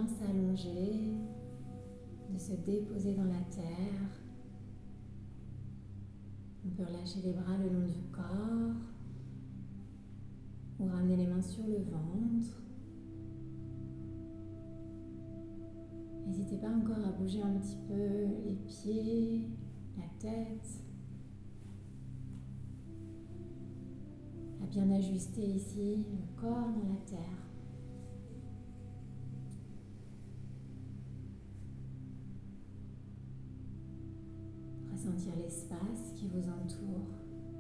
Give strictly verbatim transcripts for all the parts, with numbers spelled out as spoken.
s'allonger, de se déposer dans la terre. On peut relâcher les bras le long du corps ou ramener les mains sur le ventre. N'hésitez pas encore à bouger un petit peu les pieds, la tête, à bien ajuster ici le corps dans la terre. Ressentir l'espace qui vous entoure.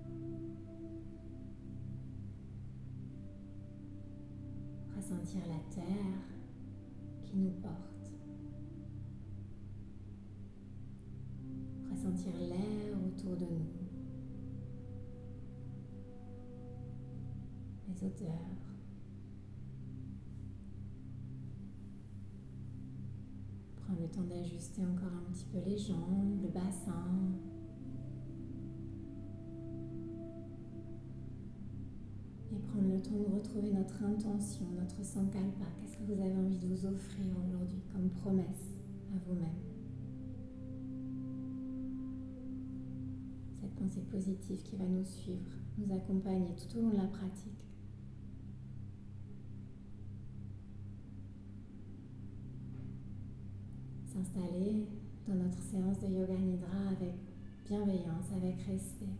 Ressentir la terre qui nous porte. Ressentir l'air autour de nous. Les odeurs. Prendre le temps d'ajuster encore un petit peu les jambes, le bassin. Et prendre le temps de retrouver notre intention, notre sankalpa. Qu'est-ce que vous avez envie de vous offrir aujourd'hui comme promesse à vous-même? Cette pensée positive qui va nous suivre, nous accompagner tout au long de la pratique. S'installer dans notre séance de Yoga Nidra avec bienveillance, avec respect.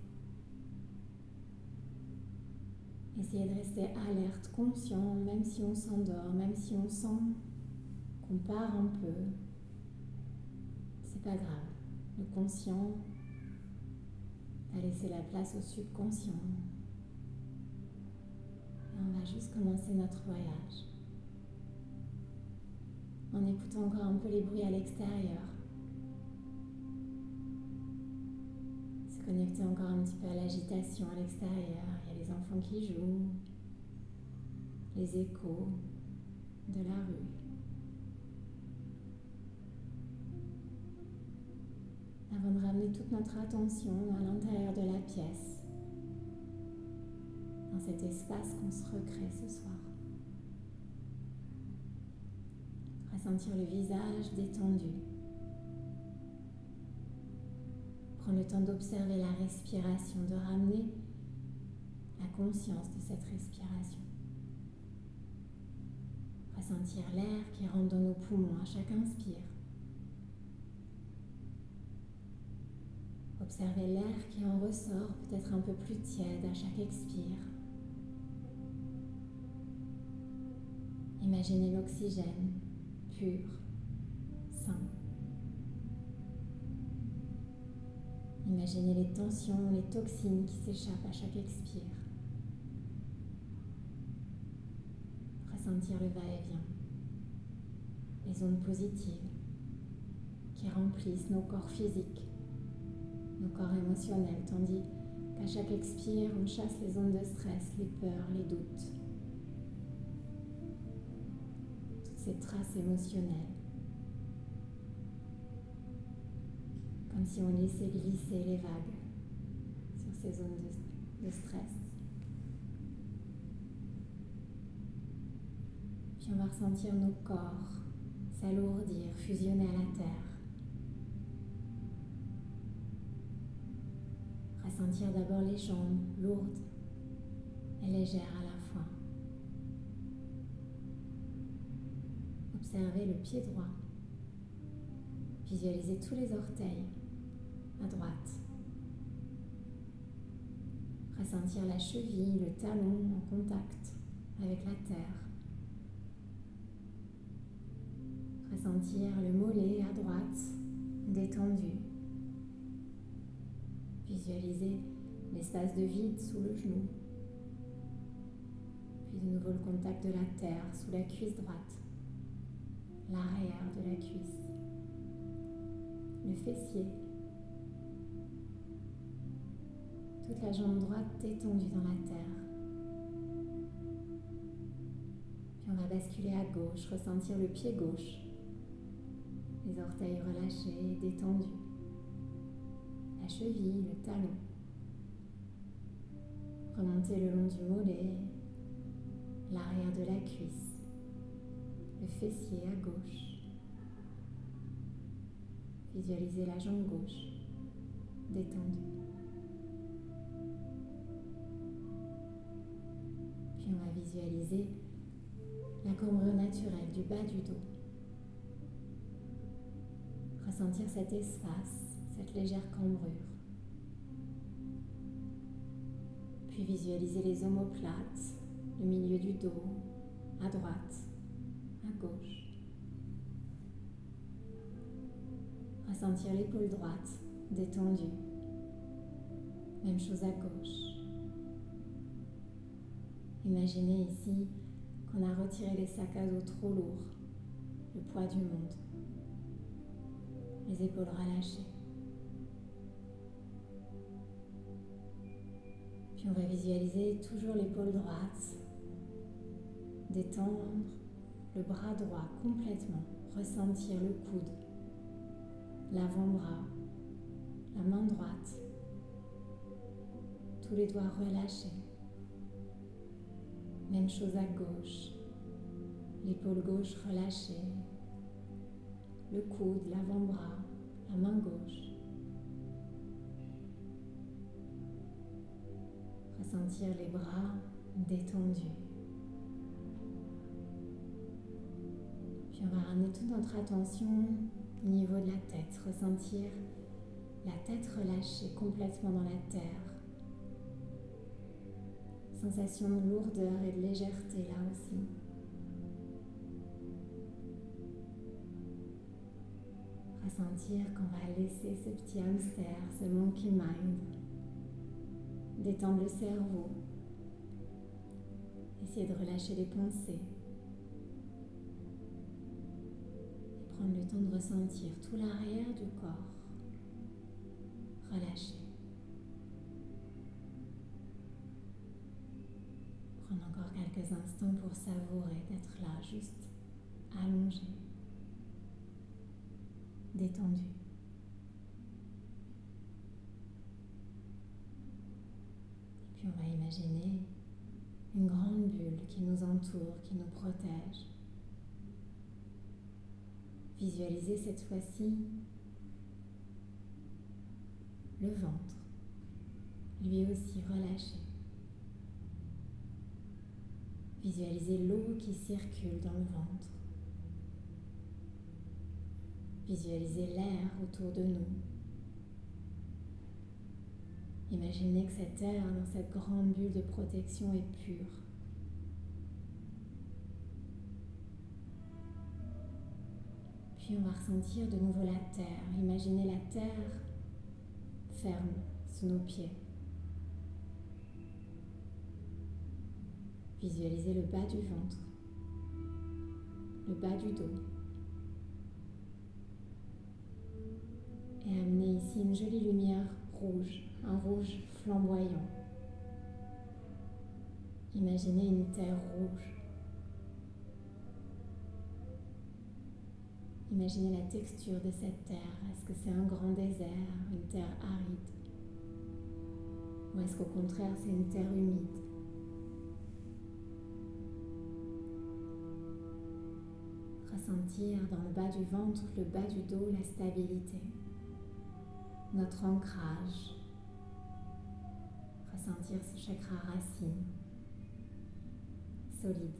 Essayez de rester alerte, conscient, même si on s'endort, même si on sent qu'on part un peu. C'est pas grave. Le conscient va laisser la place au subconscient. Et on va juste commencer notre voyage. En écoutant encore un peu les bruits à l'extérieur. Se connecter encore un petit peu à l'agitation à l'extérieur. Il y a les enfants qui jouent, les échos de la rue. Avant de ramener toute notre attention à l'intérieur de la pièce, dans cet espace qu'on se recrée ce soir. Ressentir le visage détendu. Prendre le temps d'observer la respiration, de ramener la conscience de cette respiration. Ressentir l'air qui rentre dans nos poumons à chaque inspire. Observez l'air qui en ressort, peut-être un peu plus tiède à chaque expire. Imaginez l'oxygène pur, sain. Imaginez les tensions, les toxines qui s'échappent à chaque expire. Ressentir le va-et-vient, les ondes positives qui remplissent nos corps physiques, nos corps émotionnels, tandis qu'à chaque expire, on chasse les ondes de stress, les peurs, les doutes. Toutes ces traces émotionnelles. Comme si on laissait glisser les vagues sur ces zones de, de stress. Puis on va ressentir nos corps s'alourdir, fusionner à la terre. Ressentir d'abord les jambes lourdes et légères à la fois. Observez le pied droit. Visualisez tous les orteils à droite. Ressentir la cheville, le talon en contact avec la terre. Ressentir le mollet à droite détendu. Visualisez l'espace de vide sous le genou. Puis de nouveau le contact de la terre sous la cuisse droite. L'arrière de la cuisse. Le fessier. Toute la jambe droite détendue dans la terre. Puis on va basculer à gauche, ressentir le pied gauche. Les orteils relâchés, détendus. La cheville, le talon. Remonter le long du mollet, l'arrière de la cuisse. Le fessier à gauche. Visualisez la jambe gauche détendue. Puis on va visualiser la cambrure naturelle du bas du dos. Ressentir cet espace, cette légère cambrure. Puis visualiser les omoplates, le milieu du dos, à droite, à gauche. Ressentir l'épaule droite détendue. Même chose à gauche. Imaginez ici qu'on a retiré les sacs à dos trop lourds, le poids du monde. Les épaules relâchées. Puis on va visualiser toujours l'épaule droite, détendre le bras droit complètement, ressentir le coude, l'avant-bras, la main droite, tous les doigts relâchés. Même chose à gauche, l'épaule gauche relâchée, le coude, l'avant-bras, la main gauche. Ressentir les bras détendus. Puis on va ramener toute notre attention au niveau de la tête, ressentir la tête relâchée complètement dans la terre. Sensation de lourdeur et de légèreté là aussi. Ressentir qu'on va laisser ce petit hamster, ce monkey mind, détendre le cerveau, essayer de relâcher les pensées et prendre le temps de ressentir tout l'arrière du corps relâché. Prendre encore quelques instants pour savourer d'être là, juste allongé, détendu. Et puis on va imaginer une grande bulle qui nous entoure, qui nous protège. Visualisez cette fois-ci le ventre, lui aussi relâché. Visualisez l'eau qui circule dans le ventre. Visualisez l'air autour de nous. Imaginez que cet air dans cette grande bulle de protection est pur. Puis on va ressentir de nouveau la terre. Imaginez la terre ferme sous nos pieds. Visualisez le bas du ventre, le bas du dos. Et amenez ici une jolie lumière rouge, un rouge flamboyant. Imaginez une terre rouge. Imaginez la texture de cette terre. Est-ce que c'est un grand désert, une terre aride? Ou est-ce qu'au contraire c'est une terre humide? Ressentir dans le bas du ventre, le bas du dos, la stabilité, notre ancrage. Ressentir ce chakra racine, solide.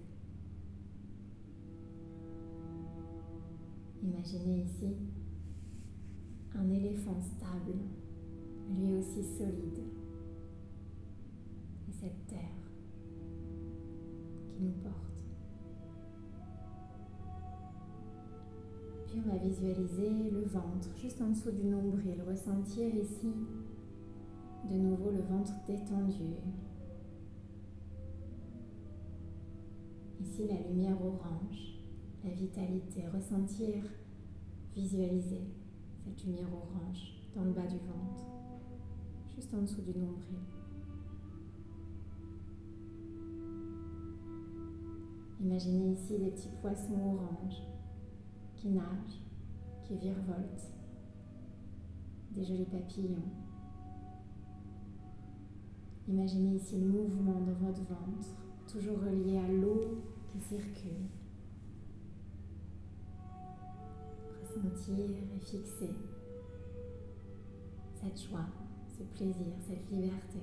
Imaginez ici un éléphant stable, lui aussi solide. Et cette terre qui nous porte. Puis on va visualiser le ventre juste en dessous du nombril, ressentir ici de nouveau le ventre détendu. Ici la lumière orange, la vitalité, ressentir, visualiser cette lumière orange dans le bas du ventre, juste en dessous du nombril. Imaginez ici des petits poissons oranges qui nagent, qui virevoltent, des jolis papillons. Imaginez ici le mouvement dans votre ventre, toujours relié à l'eau qui circule. sentir et fixer cette joie, ce plaisir, cette liberté.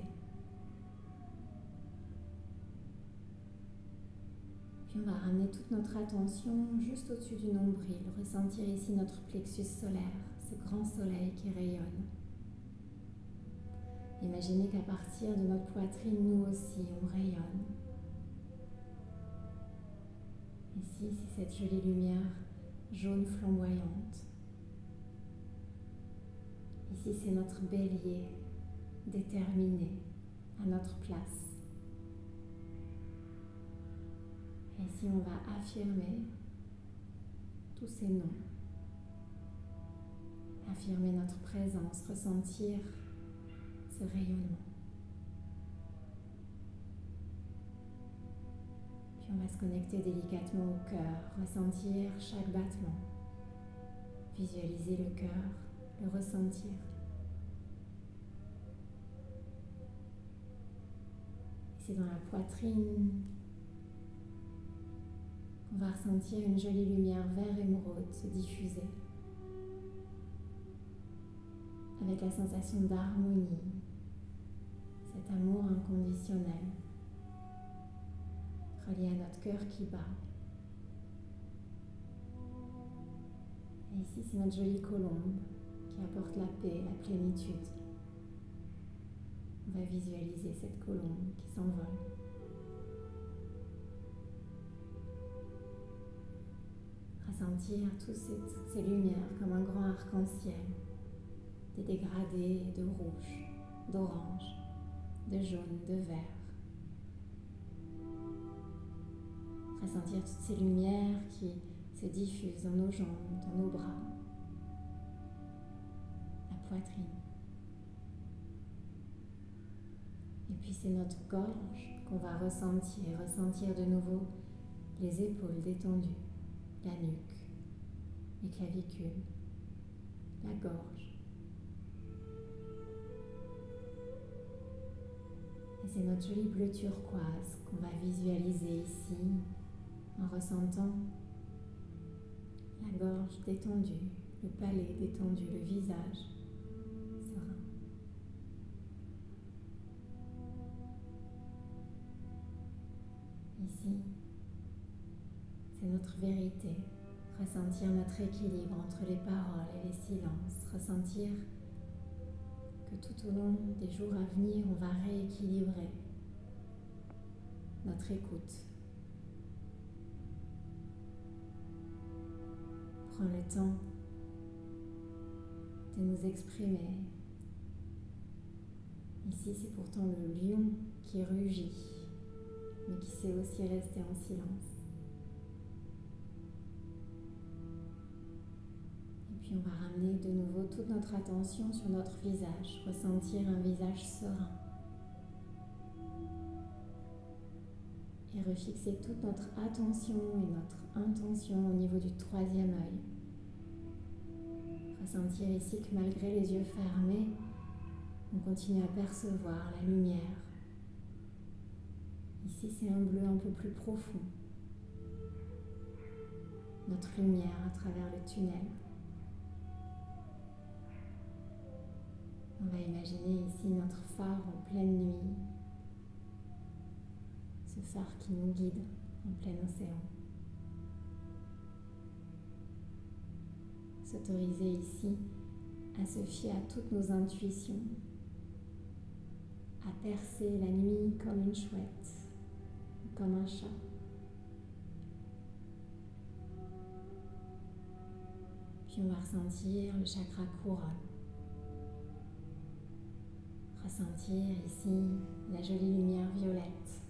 Puis on va ramener toute notre attention juste au-dessus du nombril, ressentir ici notre plexus solaire, ce grand soleil qui rayonne. Imaginez qu'à partir de notre poitrine, nous aussi, on rayonne. Ici, c'est cette jolie lumière jaune flamboyante. Ici, c'est notre bélier déterminé à notre place. Et ici, on va affirmer tous ces noms. Affirmer notre présence, ressentir ce rayonnement. Puis on va se connecter délicatement au cœur, ressentir chaque battement, visualiser le cœur, le ressentir. C'est dans la poitrine qu'on va ressentir une jolie lumière vert émeraude se diffuser, avec la sensation d'harmonie, cet amour inconditionnel, relié à notre cœur qui bat. Et ici, c'est notre jolie colombe qui apporte la paix, la plénitude. On va visualiser cette colombe qui s'envole. Ressentir toutes ces, toutes ces lumières comme un grand arc-en-ciel, des dégradés de rouge, d'orange, de jaune, de vert. Ressentir toutes ces lumières qui se diffusent dans nos jambes, dans nos bras, la poitrine. Et puis c'est notre gorge qu'on va ressentir, ressentir de nouveau les épaules détendues, la nuque, les clavicules, la gorge. Et c'est notre jolie bleu turquoise qu'on va visualiser ici en ressentant la gorge détendue, le palais détendu, le visage serein. Ici, c'est notre vérité, ressentir notre équilibre entre les paroles et les silences, ressentir que tout au long des jours à venir, on va rééquilibrer notre écoute. Prends le temps de nous exprimer. Ici, c'est pourtant le lion qui rugit, mais qui sait aussi rester en silence. Et puis on va ramener de nouveau toute notre attention sur notre visage, ressentir un visage serein. Et refixer toute notre attention et notre intention au niveau du troisième œil. Ressentir ici que malgré les yeux fermés, on continue à percevoir la lumière. Ici, c'est un bleu un peu plus profond. Notre lumière à travers le tunnel. On va imaginer ici notre phare en pleine nuit. Ce phare qui nous guide en plein océan. S'autoriser ici à se fier à toutes nos intuitions, à percer la nuit comme une chouette, comme un chat. Puis on va ressentir le chakra couronne. Ressentir ici la jolie lumière violette.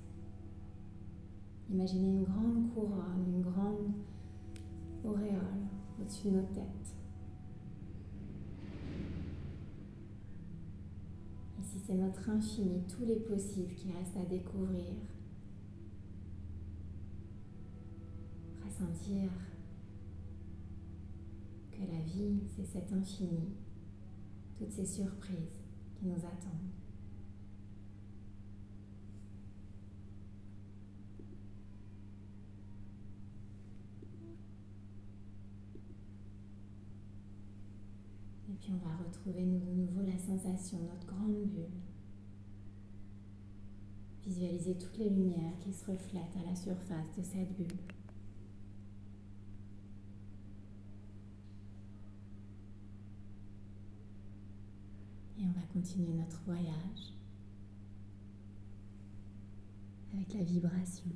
Imaginez une grande couronne, une grande auréole au-dessus de nos têtes. Ici, c'est notre infini, tous les possibles qui restent à découvrir. Ressentir que la vie, c'est cet infini, toutes ces surprises qui nous attendent. Et puis on va retrouver de nouveau la sensation, notre grande bulle. Visualisez toutes les lumières qui se reflètent à la surface de cette bulle. Et on va continuer notre voyage avec la vibration.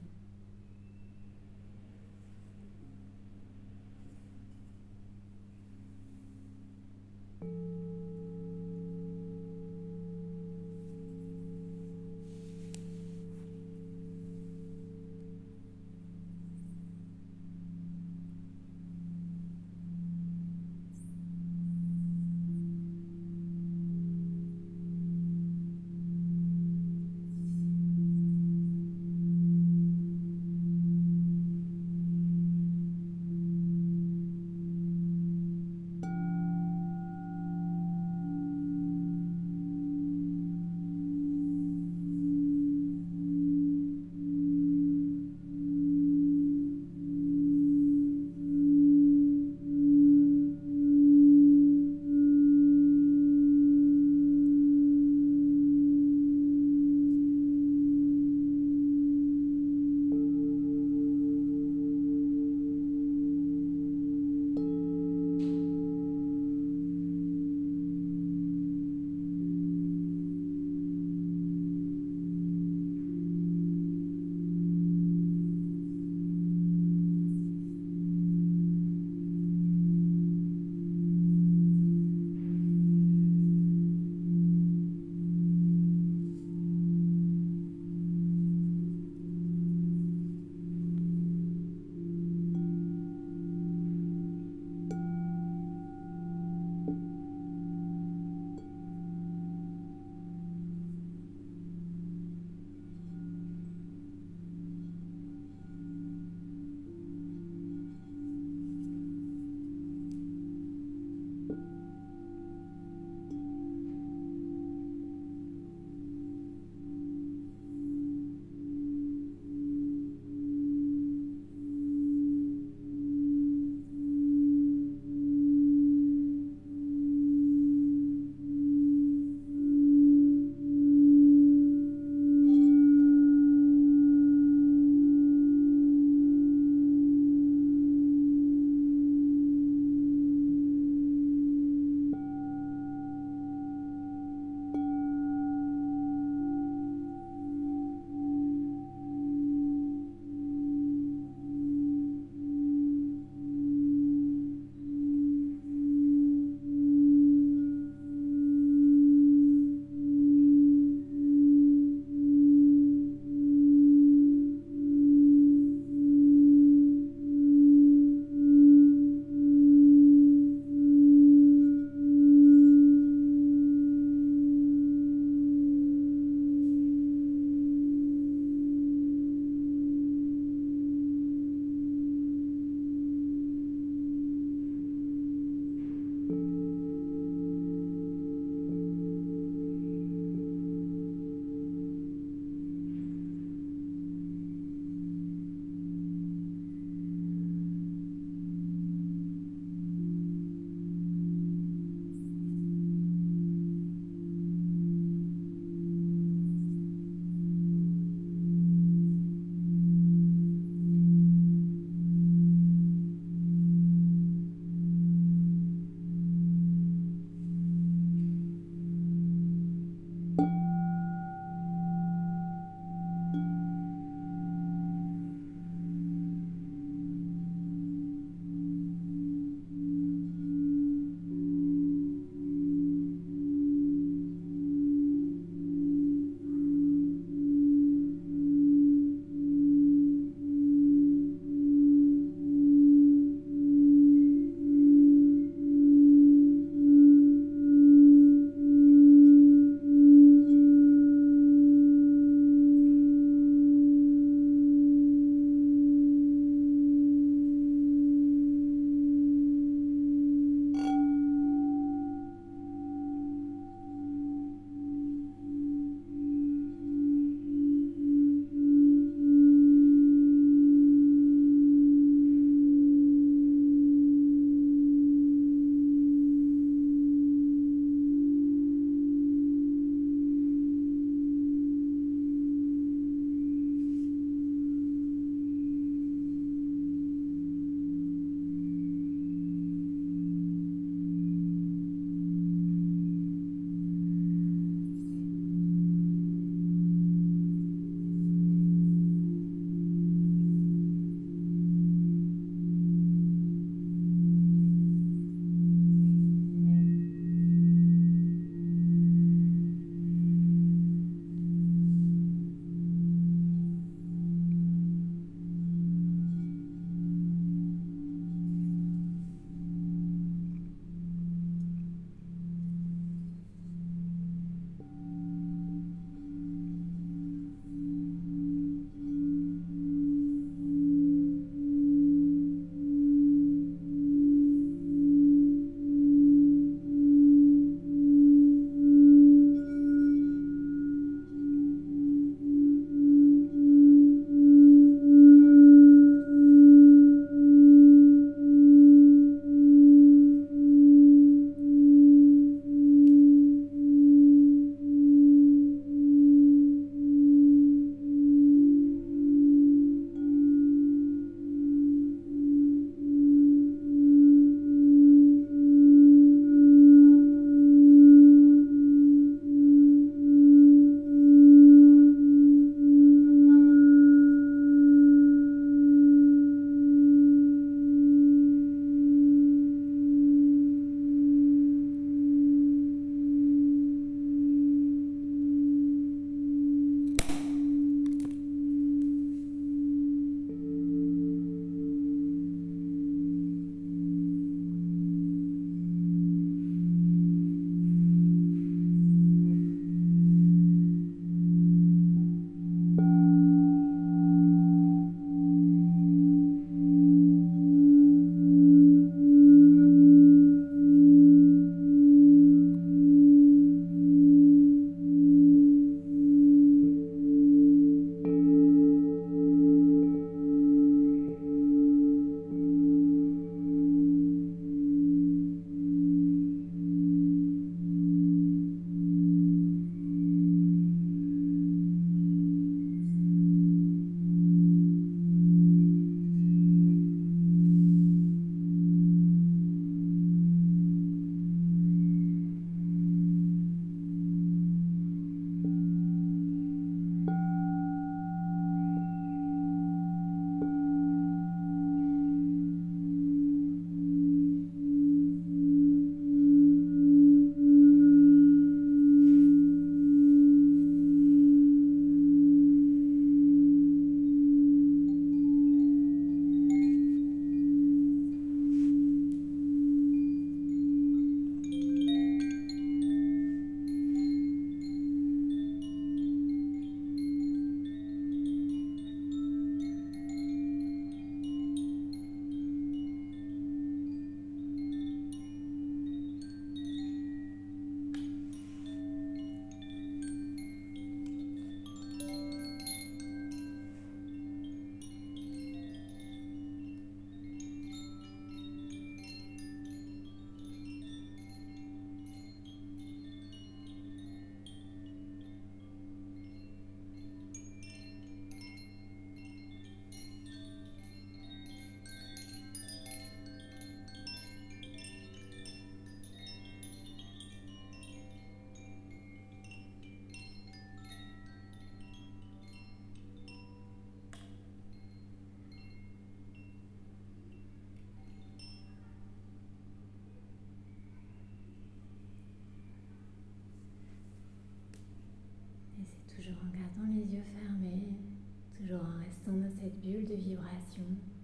en gardant les yeux fermés, toujours en restant dans cette bulle de vibration,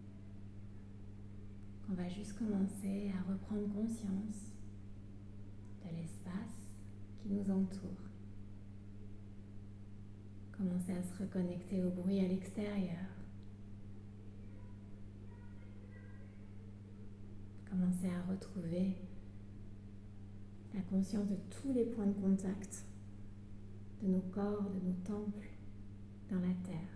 on va juste commencer à reprendre conscience de l'espace qui nous entoure. Commencer à se reconnecter au bruit à l'extérieur. Commencer à retrouver la conscience de tous les points de contact de nos corps, de nos temples dans la terre.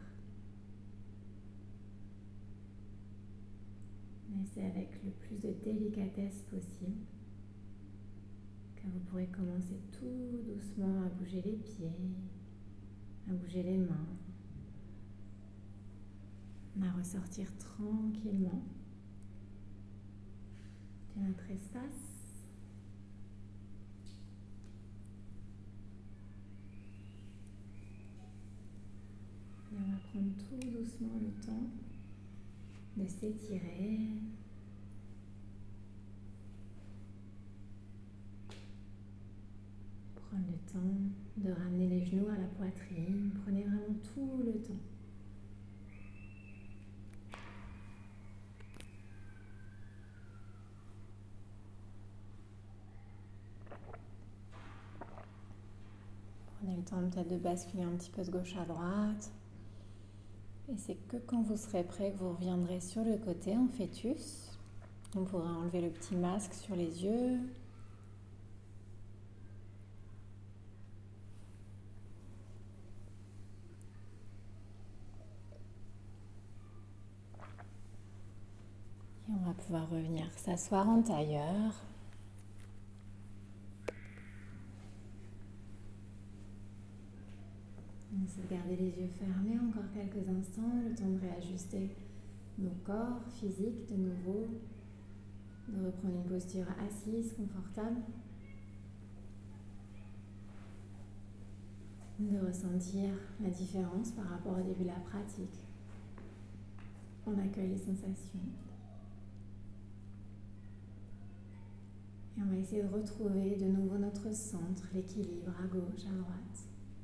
Mais c'est avec le plus de délicatesse possible que vous pourrez commencer tout doucement à bouger les pieds, à bouger les mains, à ressortir tranquillement de notre espace. Et on va prendre tout doucement le temps de s'étirer. Prendre le temps de ramener les genoux à la poitrine. Prenez vraiment tout le temps. Prenez le temps peut-être de basculer un petit peu de gauche à droite. Et c'est que quand vous serez prêt que vous reviendrez sur le côté en fœtus. On pourra enlever le petit masque sur les yeux. Et on va pouvoir revenir s'asseoir en tailleur. On essaie de garder les yeux fermés encore quelques instants, le temps de réajuster nos corps physiques de nouveau, de reprendre une posture assise, confortable, de ressentir la différence par rapport au début de la pratique. On accueille les sensations. Et on va essayer de retrouver de nouveau notre centre, l'équilibre à gauche, à droite.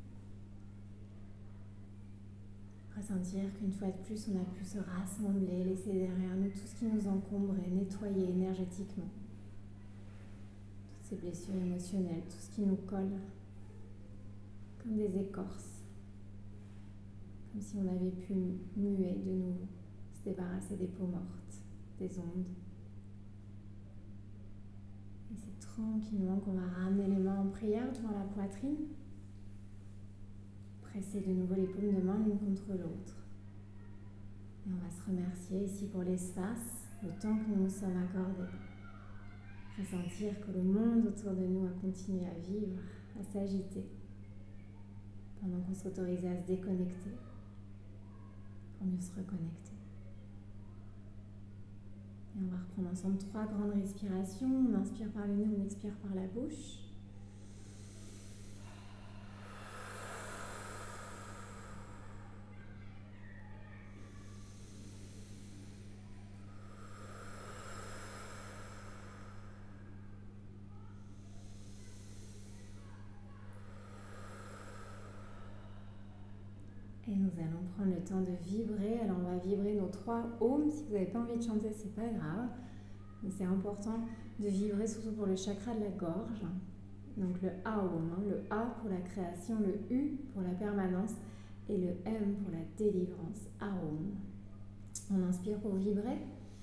Ressentir qu'une fois de plus, on a pu se rassembler, laisser derrière nous tout ce qui nous encombre et nettoyer énergétiquement. Toutes ces blessures émotionnelles, tout ce qui nous colle comme des écorces. Comme si on avait pu muer de nouveau, se débarrasser des peaux mortes, des ondes. Et c'est tranquillement qu'on va ramener les mains en prière devant la poitrine. Presser de nouveau les paumes de main l'une contre l'autre. Et on va se remercier ici pour l'espace, le temps que nous nous sommes accordés. Ressentir que le monde autour de nous a continué à vivre, à s'agiter, pendant qu'on s'autorisait à se déconnecter, pour mieux se reconnecter. Et on va reprendre ensemble trois grandes respirations. On inspire par le nez, on expire par la bouche. Et nous allons prendre le temps de vibrer. Alors on va vibrer nos trois ohms. Si vous n'avez pas envie de chanter, c'est pas grave. Mais c'est important de vibrer surtout pour le chakra de la gorge. Donc le Aum, hein, le A pour la création, le U pour la permanence et le M pour la délivrance. Aum. On inspire pour vibrer.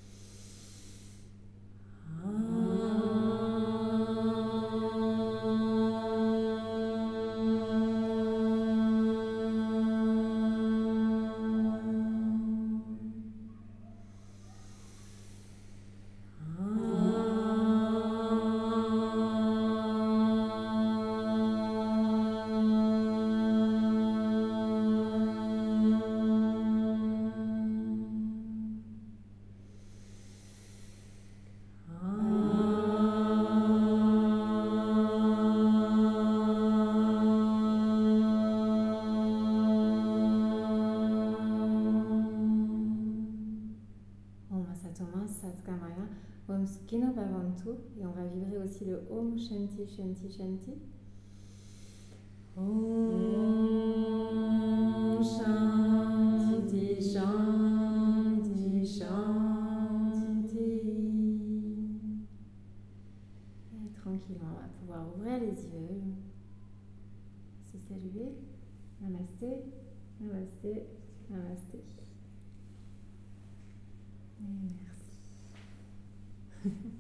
Om Sukhino Bhavantu, et on va vibrer aussi le Om Shanti Shanti Shanti. Om arriver. Namasté, namasté, namasté. Et merci.